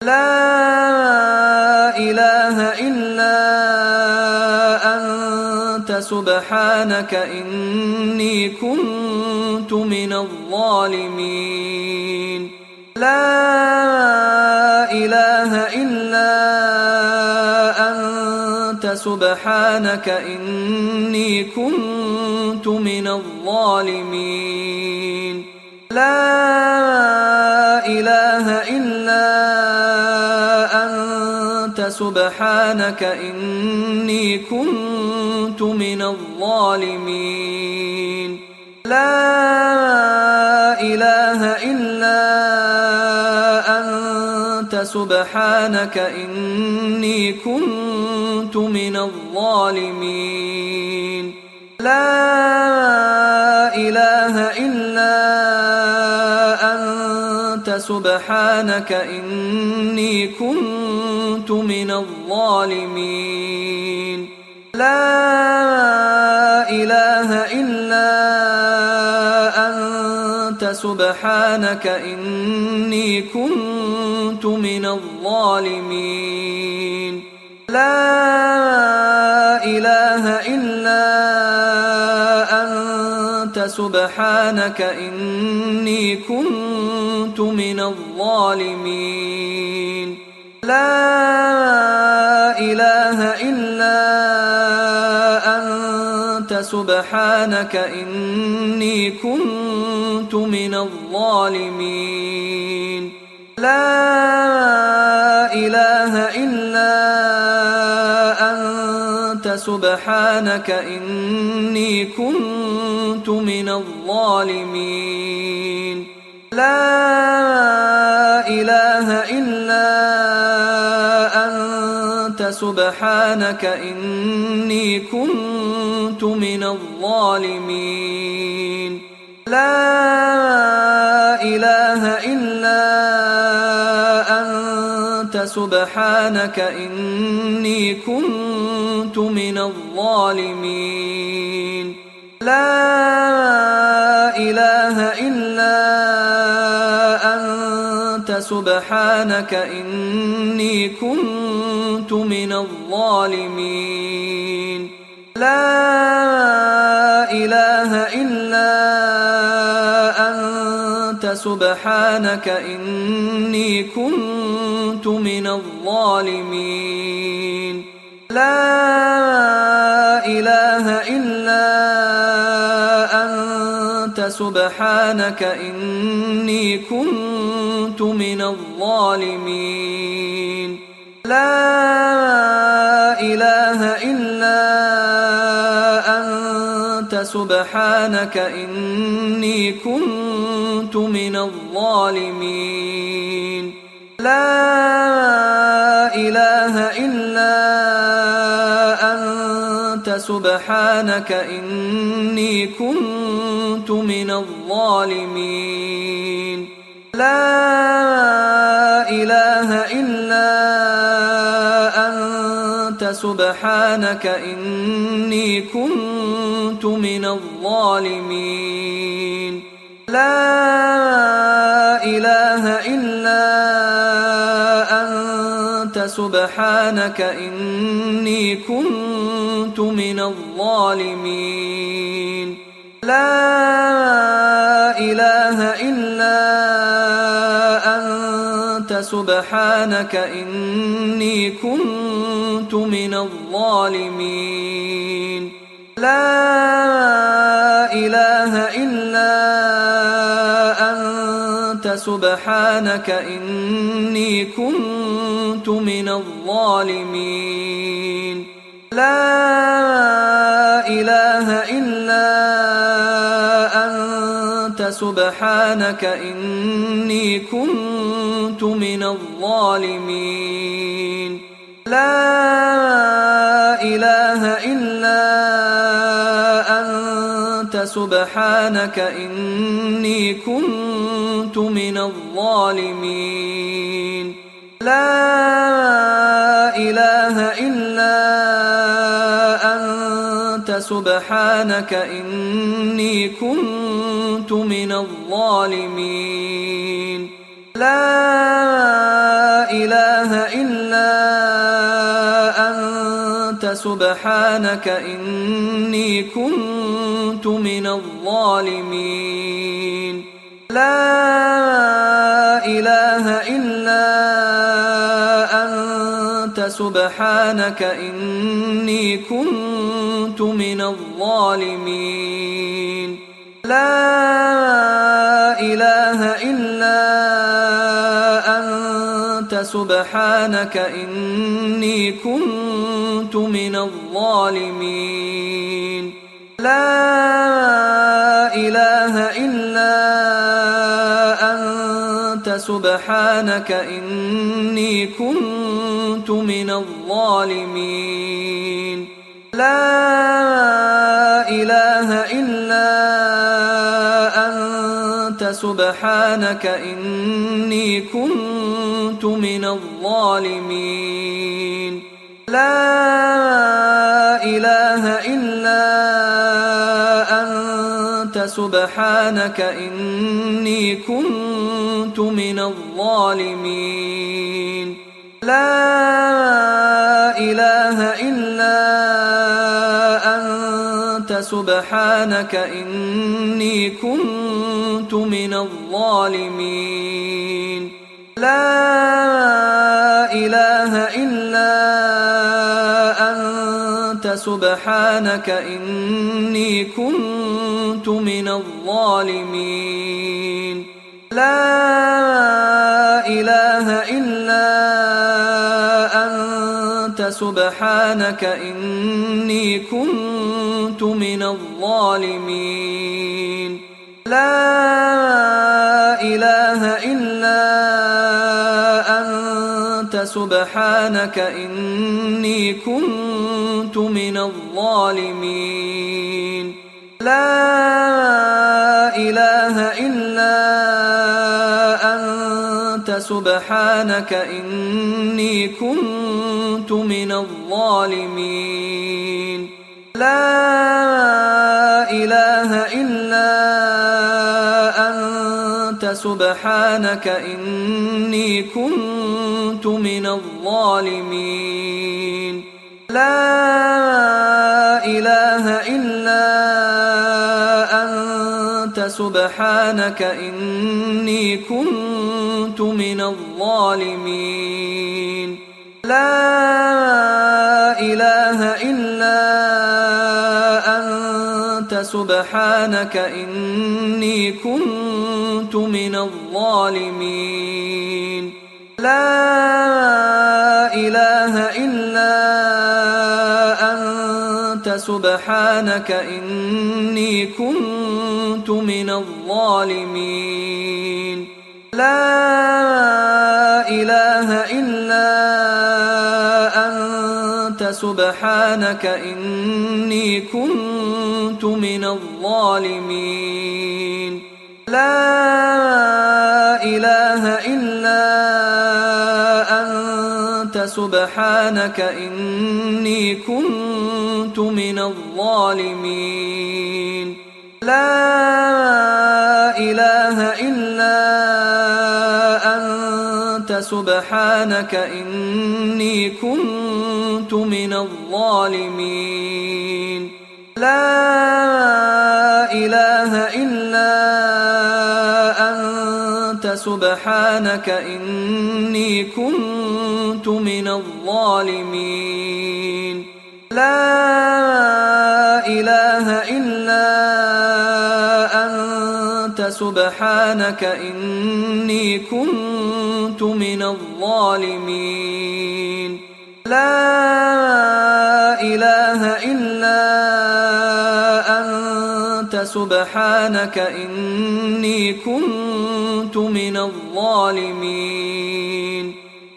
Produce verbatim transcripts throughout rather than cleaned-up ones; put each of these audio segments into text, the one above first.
لا إله إلا أنت سبحانك إني كنت من الظالمين. لا إله إلا أنت سبحانك إني كنت من الظالمين. لا إله إلا أنت سبحانك إني كنت من الظالمين. لا إله إلا أنت سبحانك إني كنت من الظالمين. لا إله إلا أنت سبحانك إني كنت من الظالمين. لا إله إلا أنت سبحانك إني كنت من الظالمين. لا إله إلا أنت سبحانك إني كنت من الظالمين. لا إله إلا أنت سبحانك إني كنت من الظالمين. لا إله إلا أنت سبحانك إني كنت من الظالمين. لا إله إلا أنت سبحانك إني كنت من الظالمين. لا إله إلا أنت سبحانك إني كنت من الظالمين. لا إله إلا أنت سبحانك إني كنت من الظالمين. لا إله إلا أنت سبحانك إني كنت من الظالمين. لا إله إلا أنت سبحانك إني كنت من الظالمين. لا إله إلا أنت سبحانك إني كنت من الظالمين. لا إله إلا أنت سبحانك إني كنت من الظالمين. لا إله إلا أنت سبحانك إني كنت من الظالمين. لا إله إلا أنت سبحانك إني كنت من الظالمين. لا إله إلا أنت سبحانك إني كنت من الظالمين. لا إله إلا أنت سبحانك إني كنت من الظالمين. لا إله إلا أنت سبحانك إني كنت من الظالمين. لا إله إلا أنت سبحانك إني كنت من الظالمين. لا إله إلا أنت سبحانك إني كنت من الظالمين. لا إله إلا أنت سبحانك إني كنت من الظالمين لا إله إلا أنت سبحانك إني كنت من الظالمين لا إله إلا أنت سبحانك إني كنت من الظالمين لا إله إلا أنت سبحانك إني كنت من الظالمين لا إله إلا أنت سبحانك إني كنت من الظالمين لا إله إلا أنت سبحانك إني كنت من الظالمين لا إله إلا أنت سبحانك إني كنت من الظالمين لا إله إلا أنت سبحانك إني كنت من الظالمين لا إله إلا أنت سبحانك إني كنت من الظالمين لا إله إلا أنت سبحانك إني كنت من الظالمين لا إله إلا أنت سبحانك إني كنت من الظالمين لا إله إلا أنت سبحانك إني كنت من الظالمين لا إله إلا أنت سبحانك إني كنت من الظالمين لا إله إلا أنت سبحانك إني كنت من الظالمين لا إله إلا أنت سبحانك إني كنت من الظالمين لا إله إلا أنت سبحانك إني كنت من الظالمين لا إله إلا أنت سبحانك إني كنت من الظالمين لا إله إلا أنت سبحانك إني كنت من الظالمين لا إله إلا أنت سبحانك إني كنت من الظالمين لا إله إلا أنت سبحانك إني كنت من الظالمين لا إله إلا أنت سبحانك إني كنت من الظالمين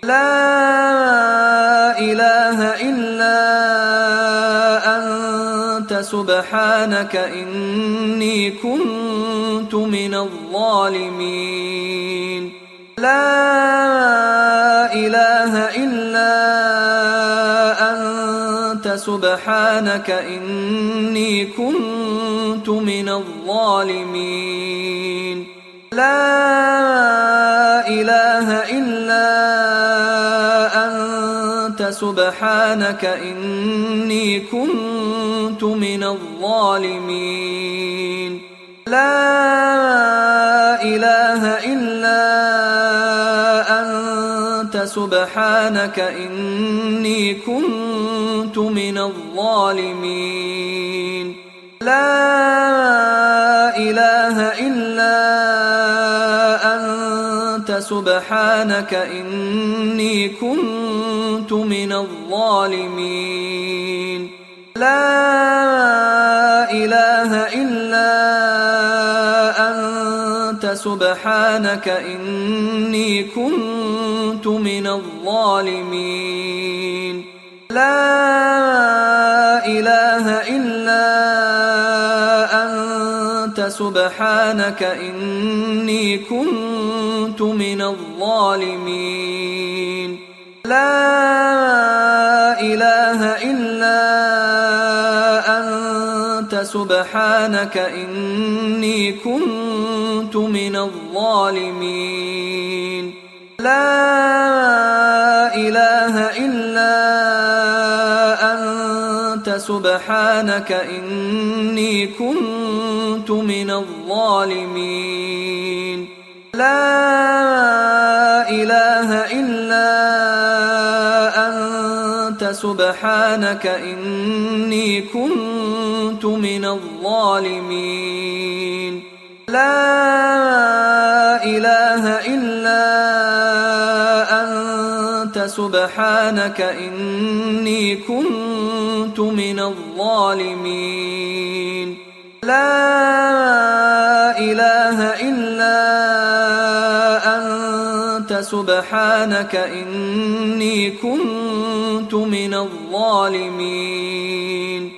لا إله إلا أنت سبحانك إني كنت من الظالمين لا إله إلا أنت سبحانك إني كنت من الظالمين لا إله إلا سبحانك إني كنت من الظالمين لا إله إلا أنت سبحانك إني كنت من الظالمين لا إله إلا أنت سبحانك إني كنت من الظالمين لا إله إلا أنت سبحانك إني كنت من الظالمين لا إله إلا أنت سبحانك إني كنت من الظالمين لا إله إلا أنت سبحانك إني كنت من الظالمين لا إله إلا أنت سبحانك إني كنت من الظالمين لا إله إلا أنت سبحانك إني كنت من الظالمين لا إله إلا أنت سبحانك إني كنت من الظالمين لا إله إلا أنت سبحانك إني كنت من الظالمين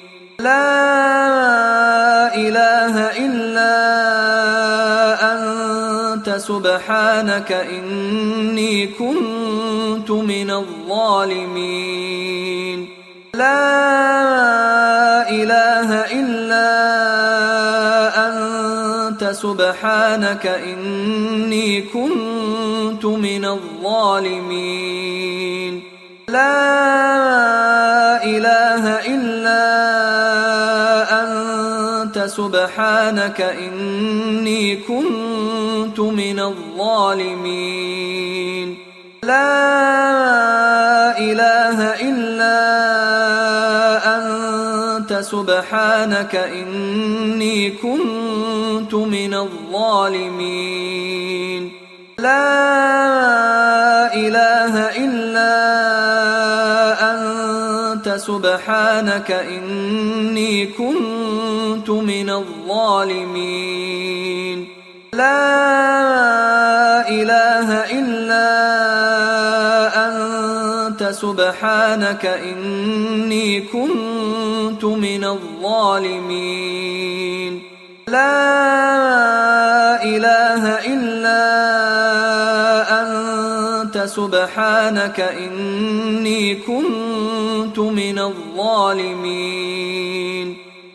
لا إله إلا أنت سبحانك إني كنت من الظالمين لا إله إلا أنت سبحانك إني كنت من الظالمين لا إله إلا أنت سبحانك إني كنت من الظالمين لا إله إلا أنت سبحانك إني كنت من الظالمين لا إله إلا أنت سبحانك إني كنت من الظالمين لا إله إلا أنت سبحانك إني كنت من الظالمين لا إله إلا أنت سبحانك إني كنت من الظالمين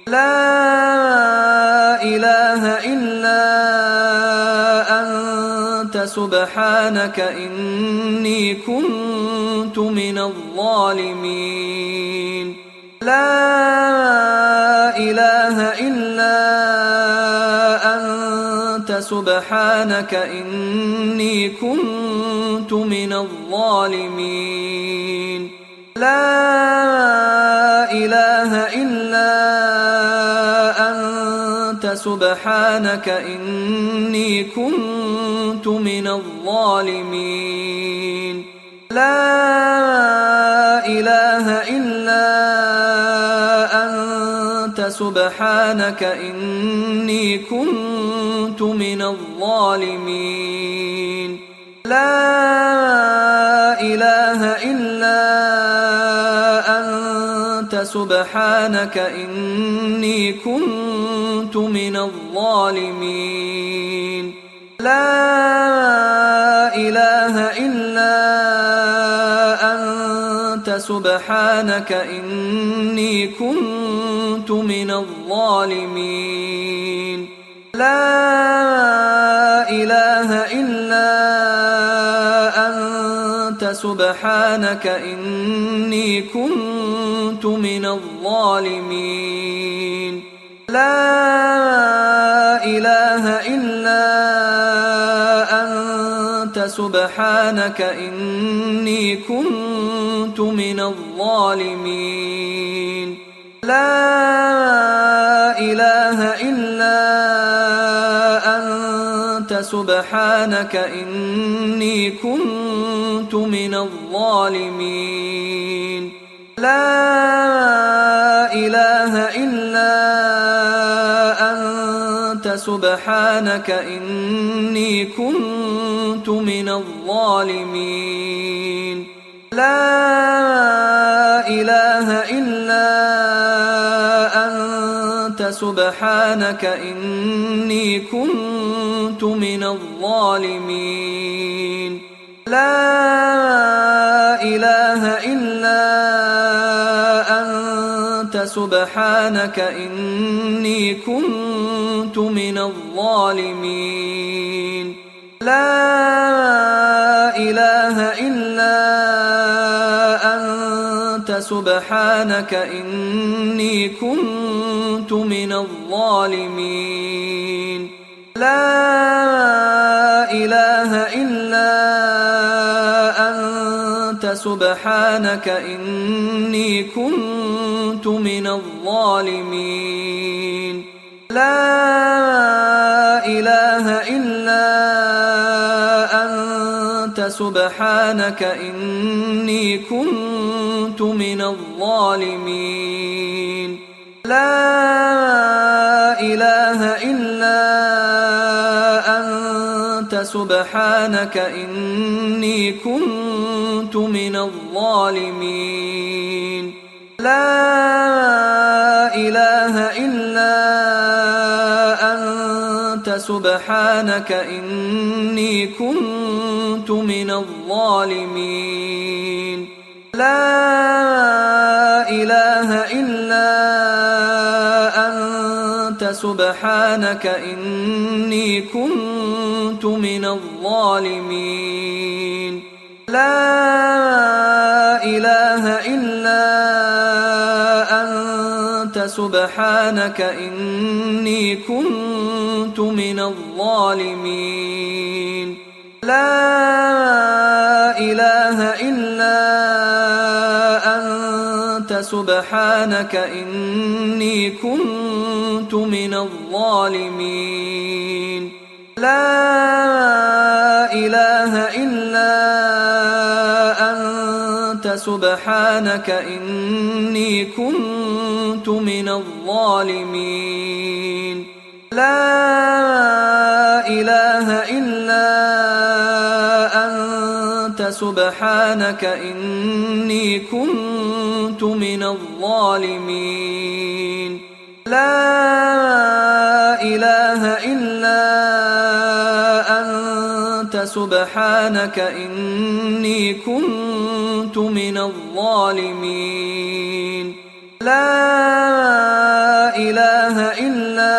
لا إله إلا أنت سبحانك إني كنت من الظالمين لا إله إلا أنت سبحانك إني كنت من الظالمين لا إله إلا أنت سبحانك إني كنت من الظالمين لا إله إلا أنت سبحانك إني كنت من الظالمين لا إله إلا أنت سبحانك إني كنت من الظالمين لا إله إلا أنت سبحانك إني كنت من الظالمين لا إله إلا أنت سبحانك إني كنت من الظالمين لا إله إلا أنت سبحانك إني كنت من الظالمين لا إله إلا أنت سبحانك إني كنت من الظالمين لا إله إلا أنت سبحانك إني كنت من الظالمين لا إله إلا أنت سبحانك إني كنت من الظالمين لا إله إلا أنت سبحانك إني كنت من الظالمين لا إله إلا أنت سبحانك إني كنت من الظالمين لا إله إلا أنت سبحانك إني كنت من الظالمين لا إله إلا أنت سبحانك إني كنت من الظالمين لا إله إلا أنت سبحانك إني كنت من الظالمين لا إله إلا أنت سبحانك إني كنت من الظالمين لا إله إلا أنت سبحانك إني كنت من الظالمين لا إله إلا أنت سبحانك إني كنت من الظالمين لا إله إلا أنت سبحانك إني كنت من الظالمين لا إله إلا أنت سبحانك إني كنت من الظالمين لا إله إلا أنت سبحانك إني كنت من الظالمين لا إله إلا أنت سبحانك إني كنت من الظالمين لا إله إلا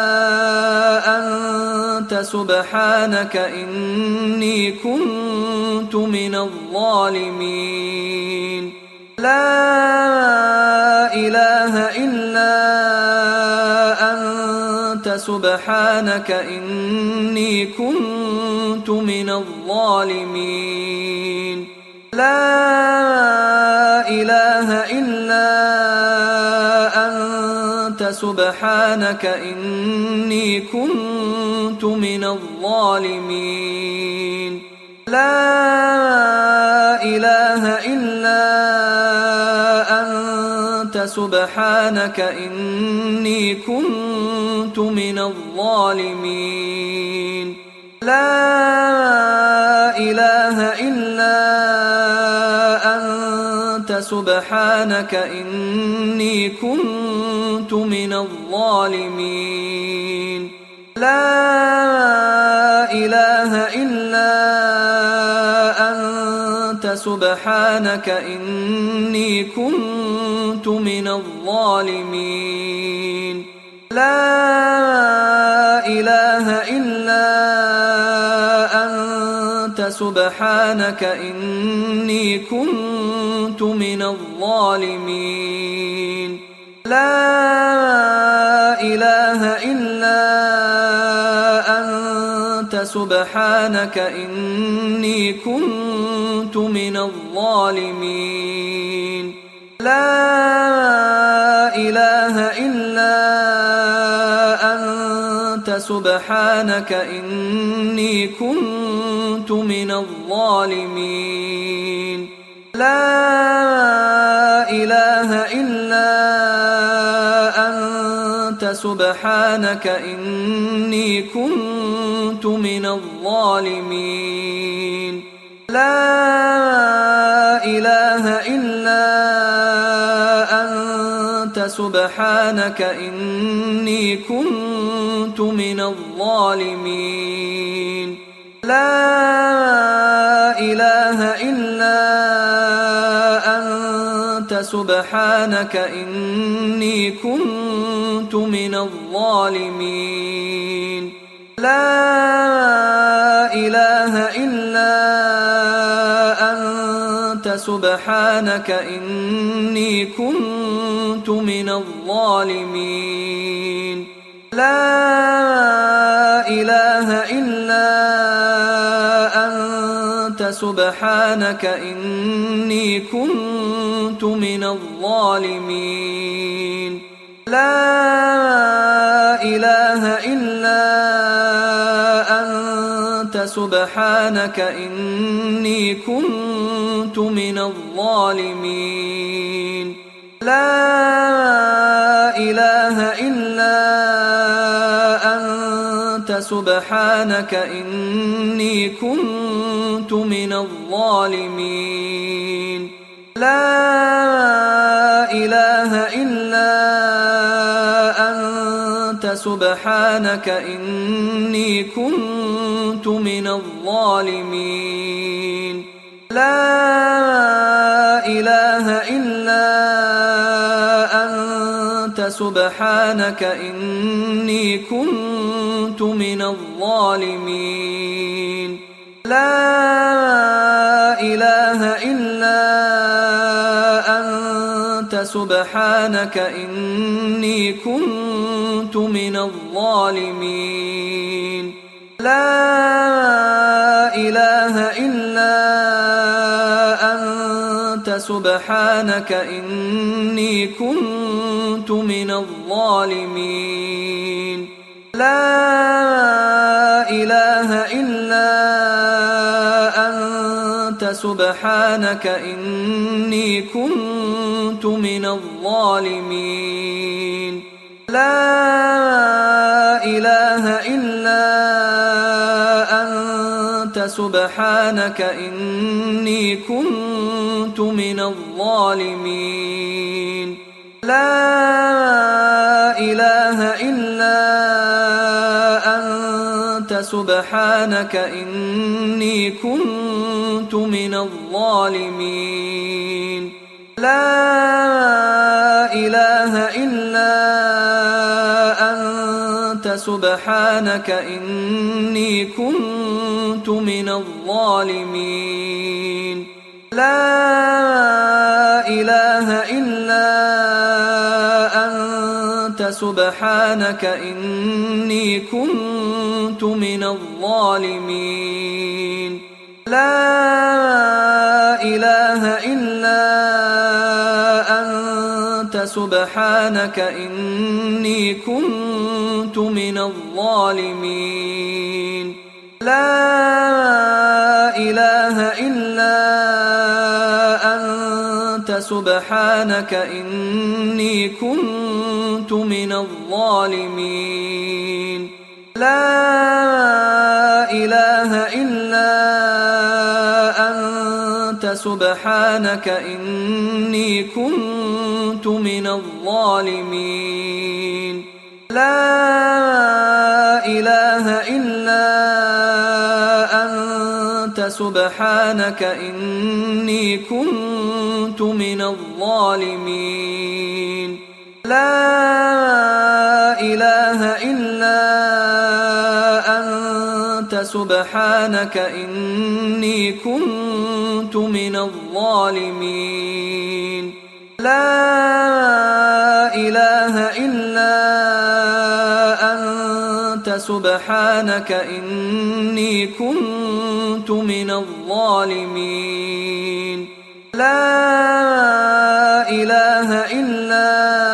أنت سبحانك إني كنت من الظالمين لا إله إلا أنت سبحانك إني كنت من الظالمين لا إله إلا أنت سبحانك إني كنت من الظالمين لا إله إلا أنت سبحانك إني كنت من الظالمين لا إله إلا أنت سبحانك إني كنت من الظالمين لا إله إلا أنت سبحانك إني كنت من الظالمين لا إله إلا أنت سبحانك إني كنت من الظالمين لا إله إلا أنت سبحانك إني كنت من الظالمين لا إله إلا أنت سبحانك إني كنت من الظالمين لا إله إلا أنت سبحانك إني كنت من الظالمين لا إله إلا أنت سبحانك إني كنت من الظالمين لا إله إلا أنت سبحانك إني كنت من الظالمين لا إله إلا أنت سبحانك إني كنت من الظالمين لا إله إلا أنت سبحانك إني كنت من الظالمين لا إله إلا أنت سبحانك إني كنت من الظالمين لا إله إلا أنت سبحانك إني كنت من الظالمين لا إله إلا أنت سبحانك إني كنت من الظالمين لا إله إلا أنت سبحانك إني كنت من الظالمين لا إله إلا أنت سبحانك إني كنت من الظالمين لا إله إلا أنت سبحانك إني كنت من الظالمين لا إله إلا أنت سبحانك إني كنت من الظالمين لا إله إلا أنت سبحانك إني كنت من الظالمين لا إله إلا أنت سبحانك إني كنت من الظالمين لا إله إلا أنت سبحانك إني كنت من الظالمين لا إله إلا أنت سبحانك إني كنت من الظالمين لا إله إلا أنت سبحانك إني كنت من الظالمين لا إله إلا أنت سبحانك إني كنت من الظالمين لا إله إلا أنت سبحانك إني كنت من الظالمين لا إله إلا أنت سبحانك إني كنت من الظالمين لا إله إلا أنت سبحانك إني كنت من الظالمين لا إله إلا أنت سبحانك إني كنت من الظالمين لا إله إلا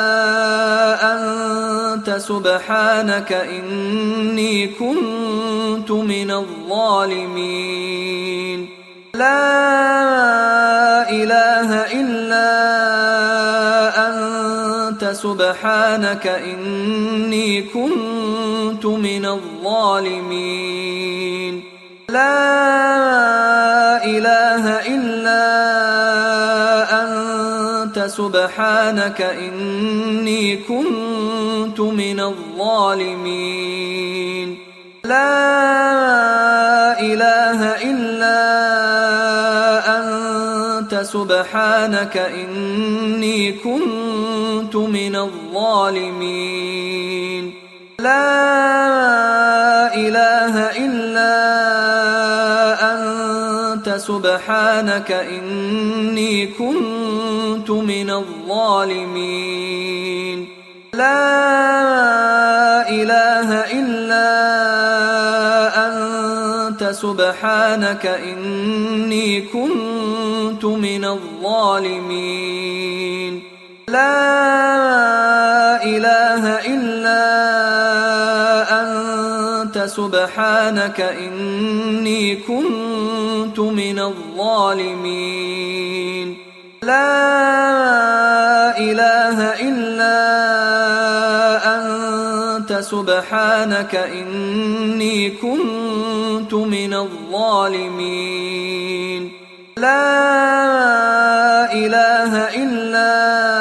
أنت سبحانك إني كنت من الظالمين لا إله إلا أنت سبحانك إني كنت من الظالمين لا إله إلا أنت سبحانك إني كنت من الظالمين لا إله إلا أنت سبحانك إني كنت من الظالمين لا إله إلا أنت سبحانك إني كنت من الظالمين لا إله إلا أنت سبحانك إني كنت من الظالمين لا إله إلا أنت سبحانك إني كنت من الظالمين لا إله إلا أنت سبحانك إني كنت من الظالمين لا إله إلا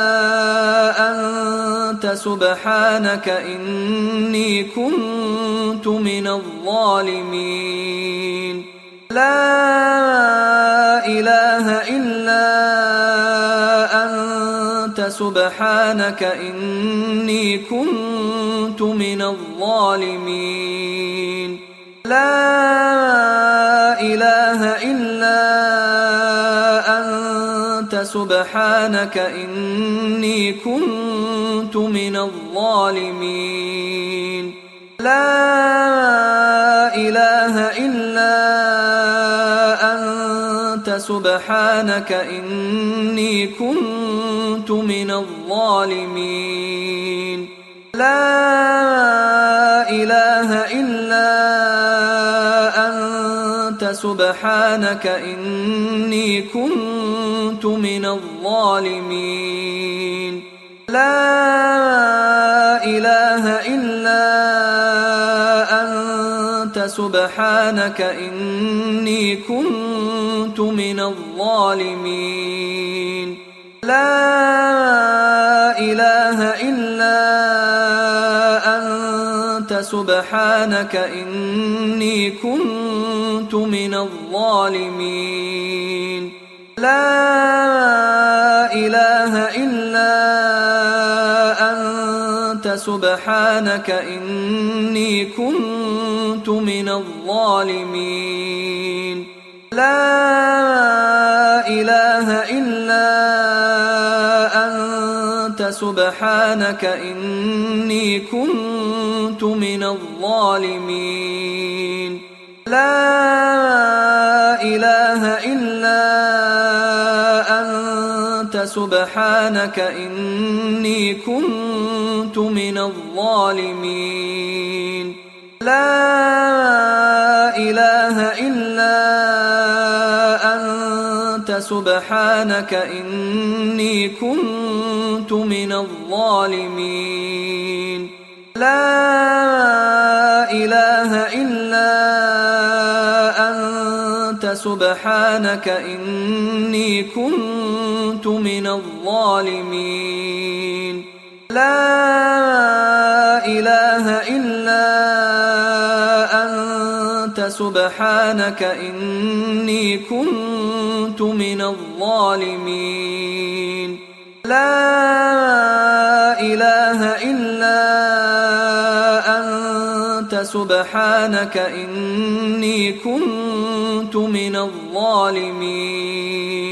أنت سبحانك إني كنت من الظالمين لا إله إلا أنت سبحانك إني كنت من الظالمين لا إله إلا أنت سبحانك إني كنت من الظالمين لا إله إلا أنت سبحانك إني كنت من الظالمين لا إله إلا أنت سبحانك إني كنت من الظالمين لا إله إلا أنت سبحانك إني كنت من الظالمين لا إله إلا أنت سبحانك إني كنت من الظالمين لا إله إلا أنت سبحانك إني كنت من الظالمين لا إله إلا أنت سبحانك إني كنت من الظالمين لا إله إلا أنت سبحانك إني كنت من الظالمين لا إله إلا أنت سبحانك إني كنت من الظالمين لا إله إلا أنت سبحانك إني كنت من الظالمين لا إله إلا أنت سبحانك إني كنت من الظالمين لا إله إلا أنت سبحانك إني كنت من الظالمين